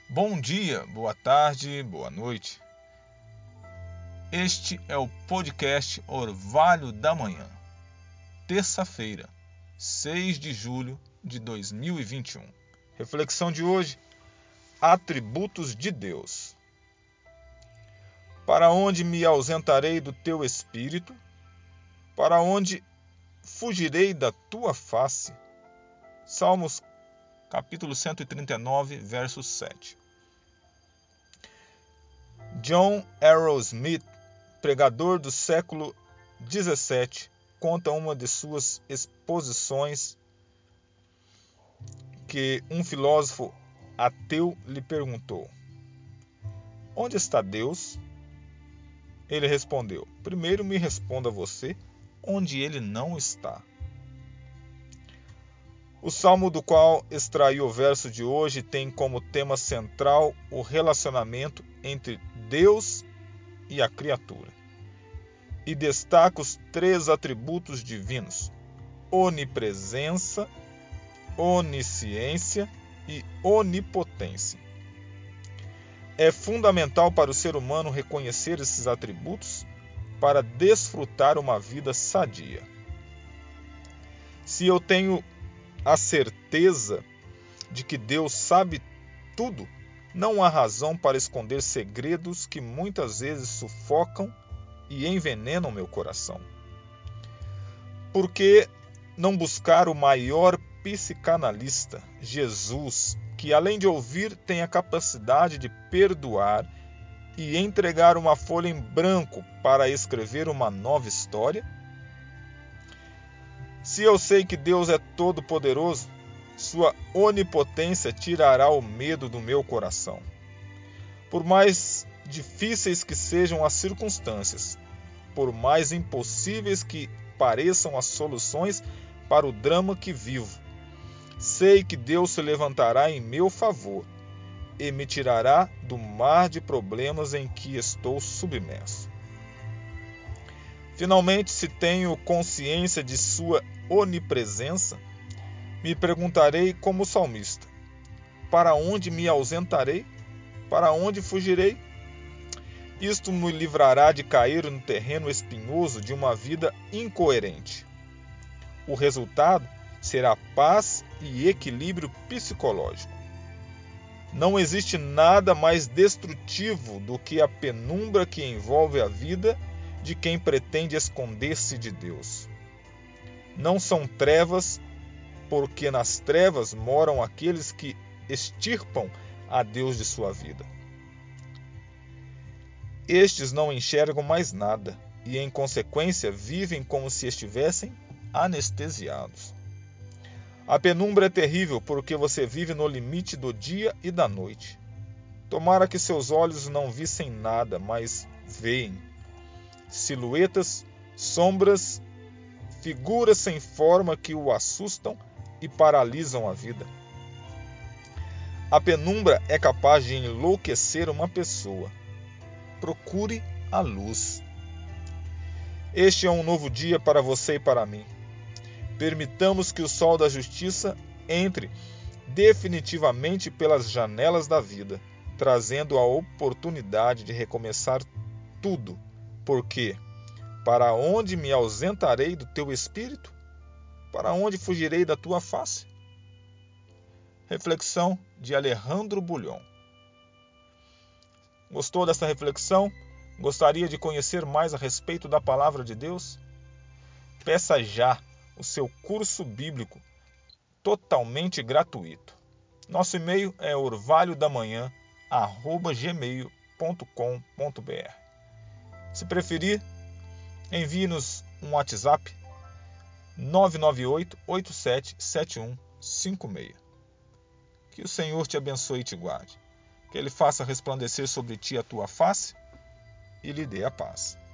Bom dia, boa tarde, boa noite. Este é o podcast Orvalho da Manhã, terça-feira, 6 de julho de 2021. Reflexão de hoje: atributos de Deus. Para onde me ausentarei do teu espírito? Para onde fugirei da tua face? Salmos capítulo 139, verso 7. John Arrowsmith, pregador do século XVII, conta uma de suas exposições que um filósofo ateu lhe perguntou: onde está Deus? Ele respondeu: primeiro me responda você onde ele não está. O salmo do qual extraí o verso de hoje tem como tema central o relacionamento entre Deus e a criatura, e destaca os três atributos divinos: onipresença, onisciência e onipotência. É fundamental para o ser humano reconhecer esses atributos para desfrutar uma vida sadia. Se eu tenho a certeza de que Deus sabe tudo, não há razão para esconder segredos que muitas vezes sufocam e envenenam meu coração. Por que não buscar o maior psicanalista, Jesus, que além de ouvir tem a capacidade de perdoar e entregar uma folha em branco para escrever uma nova história? Se eu sei que Deus é todo-poderoso, sua onipotência tirará o medo do meu coração. Por mais difíceis que sejam as circunstâncias, por mais impossíveis que pareçam as soluções para o drama que vivo, sei que Deus se levantará em meu favor e me tirará do mar de problemas em que estou submerso. Finalmente, se tenho consciência de sua onipresença, me perguntarei como salmista: para onde me ausentarei? Para onde fugirei? Isto me livrará de cair no terreno espinhoso de uma vida incoerente. O resultado será paz e equilíbrio psicológico. Não existe nada mais destrutivo do que a penumbra que envolve a vida de quem pretende esconder-se de Deus. Não são trevas, porque nas trevas moram aqueles que extirpam a Deus de sua vida. Estes não enxergam mais nada e, em consequência, vivem como se estivessem anestesiados. A penumbra é terrível porque você vive no limite do dia e da noite. Tomara que seus olhos não vissem nada, mas veem silhuetas, sombras, figuras sem forma que o assustam e paralisam a vida. A penumbra é capaz de enlouquecer uma pessoa. Procure a luz. Este é um novo dia para você e para mim. Permitamos que o sol da justiça entre definitivamente pelas janelas da vida, trazendo a oportunidade de recomeçar tudo, porque para onde me ausentarei do teu espírito? Para onde fugirei da tua face? Reflexão de Alejandro Bulhon. Gostou dessa reflexão? Gostaria de conhecer mais a respeito da Palavra de Deus? Peça já o seu curso bíblico totalmente gratuito. Nosso e-mail é orvalhodamanhã@gmail.com.br. Se preferir, envie-nos um WhatsApp 998-877156. Que o Senhor te abençoe e te guarde. Que Ele faça resplandecer sobre ti a tua face e lhe dê a paz.